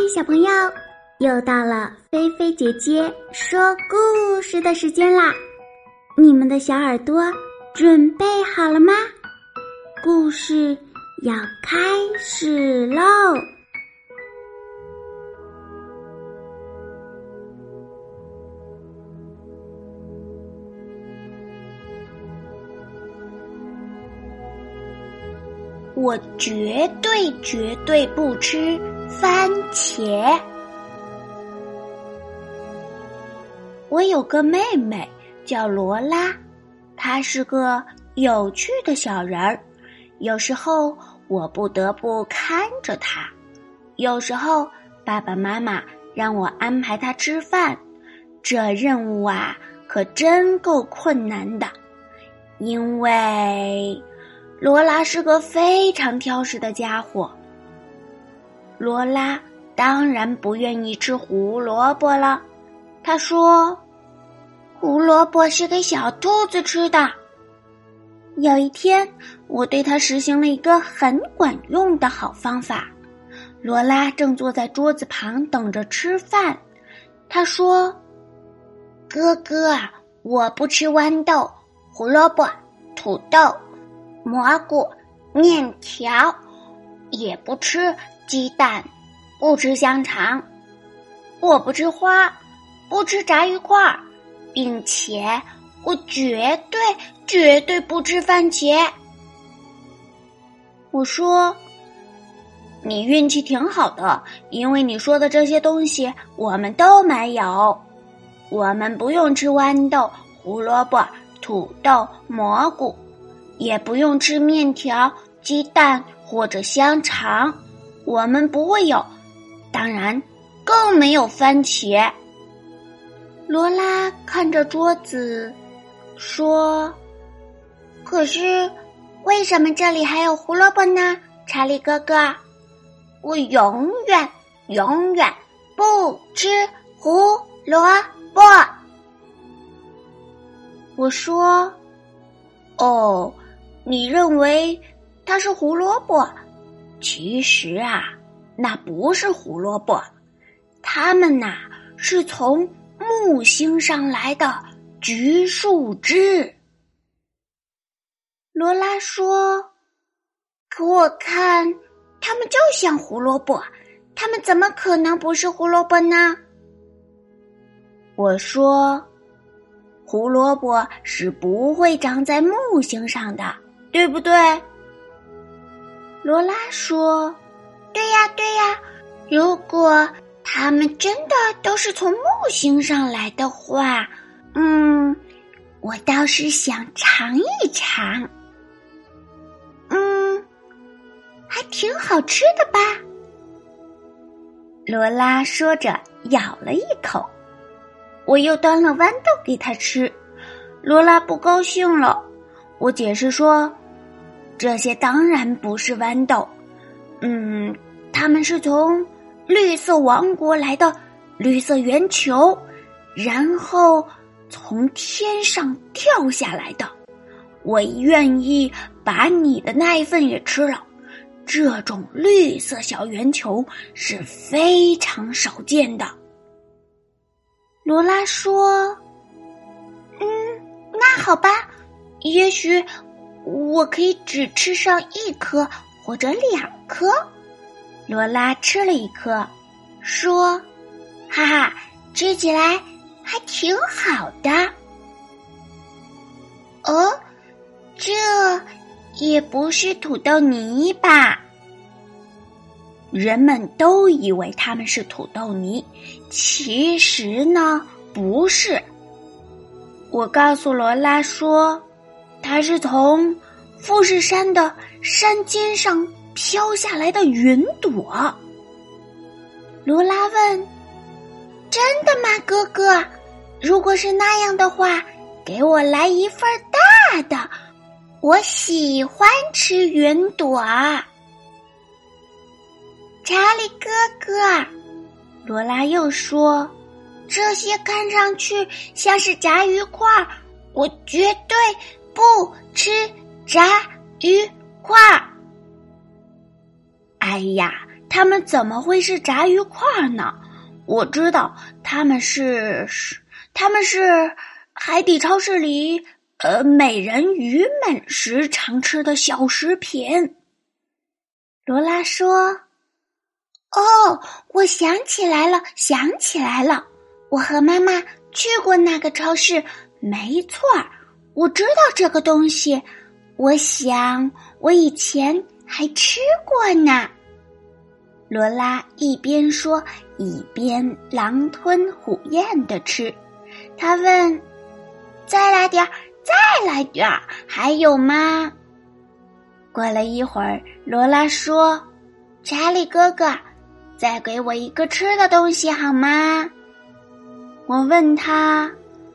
小朋友，又到了菲菲姐姐说故事的时间啦！你们的小耳朵准备好了吗？故事要开始喽！ 我绝对不吃番茄。我有个妹妹叫罗拉，她是个有趣的小人儿。有时候我不得不看着她，有时候爸爸妈妈让我安排她吃饭，这任务啊可真够困难的，因为罗拉是个非常挑食的家伙。罗拉当然不愿意吃胡萝卜了，她说胡萝卜是给小兔子吃的。有一天，我对她实行了一个很管用的好方法。罗拉正坐在桌子旁等着吃饭，她说，哥哥，我不吃豌豆、胡萝卜、土豆、蘑菇、面条，也不吃鸡蛋，不吃香肠，我不吃花，不吃炸鱼块，并且我绝对不吃番茄。我说，你运气挺好的，因为你说的这些东西我们都没有。我们不用吃豌豆、胡萝卜、土豆、蘑菇，也不用吃面条、鸡蛋或者香肠，我们不会有，当然更没有番茄。罗拉看着桌子说，可是为什么这里还有胡萝卜呢，查理哥哥？我永远不吃胡萝卜。我说，哦，你认为它是胡萝卜？其实啊，那不是胡萝卜，它们呐是从木星上来的橘树枝。罗拉说，可我看它们就像胡萝卜，它们怎么可能不是胡萝卜呢？我说，胡萝卜是不会长在木星上的，对不对？罗拉说，对呀，如果它们真的都是从木星上来的话，我倒是想尝一尝。还挺好吃的吧？罗拉说着咬了一口。我又端了豌豆给她吃，罗拉不高兴了。我解释说，这些当然不是豌豆，它们是从绿色王国来的绿色圆球，然后从天上掉下来的。我愿意把你的那一份也吃了。这种绿色小圆球是非常少见的。罗拉说，那好吧，也许我可以只吃上1颗或者2颗。罗拉吃了1颗，说，哈哈，吃起来还挺好的。哦，这也不是土豆泥吧？人们都以为它们是土豆泥，其实呢，不是。我告诉罗拉说，它是从富士山的山尖上飘下来的云朵。罗拉问，真的吗，哥哥？如果是那样的话，给我来一份大的，我喜欢吃云朵。查理哥哥，罗拉又说，这些看上去像是炸鱼块，我绝对不吃炸鱼块。哎呀，他它们怎么会是炸鱼块呢？我知道它们是海底超市里美人鱼们时常吃的小食品。 罗拉说：“ 哦，我想起来了，我和妈妈去过那个超市，没错，我知道这个东西，我想我以前还吃过呢。”罗拉一边说，一边狼吞虎咽地吃。她问：“再来点儿，还有吗？”过了一会儿，罗拉说：“查理哥哥，再给我一个吃的东西好吗？”我问他：“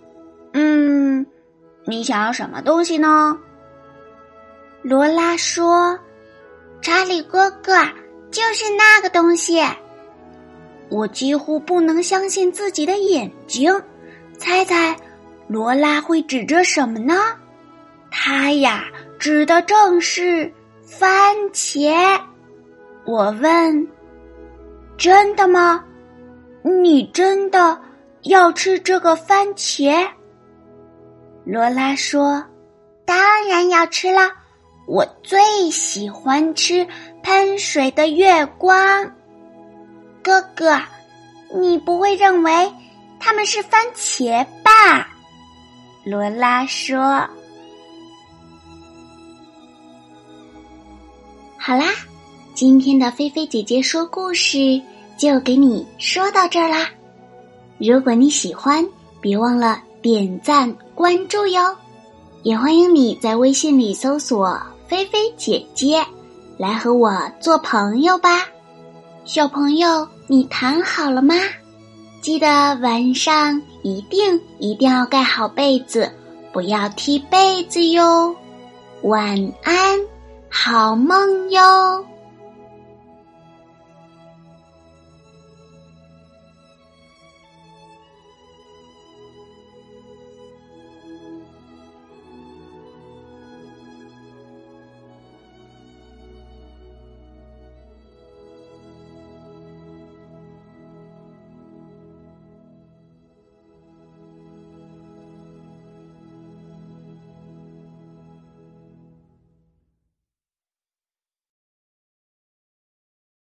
你想要什么东西呢？”罗拉说：“查理哥哥，就是那个东西。”我几乎不能相信自己的眼睛，猜猜罗拉会指着什么呢？她呀，指的正是番茄。我问：“真的吗？你真的要吃这个番茄？”罗拉说：“当然要吃了，我最喜欢吃喷水的月光。”哥哥，你不会认为它们是番茄吧？罗拉说。 好啦，今天的菲菲姐姐说故事就给你说到这儿啦。如果你喜欢，别忘了点赞关注哟。也欢迎你在微信里搜索菲菲姐姐，来和我做朋友吧。小朋友，你躺好了吗？记得晚上一定要盖好被子，不要踢被子哟。晚安，好梦哟。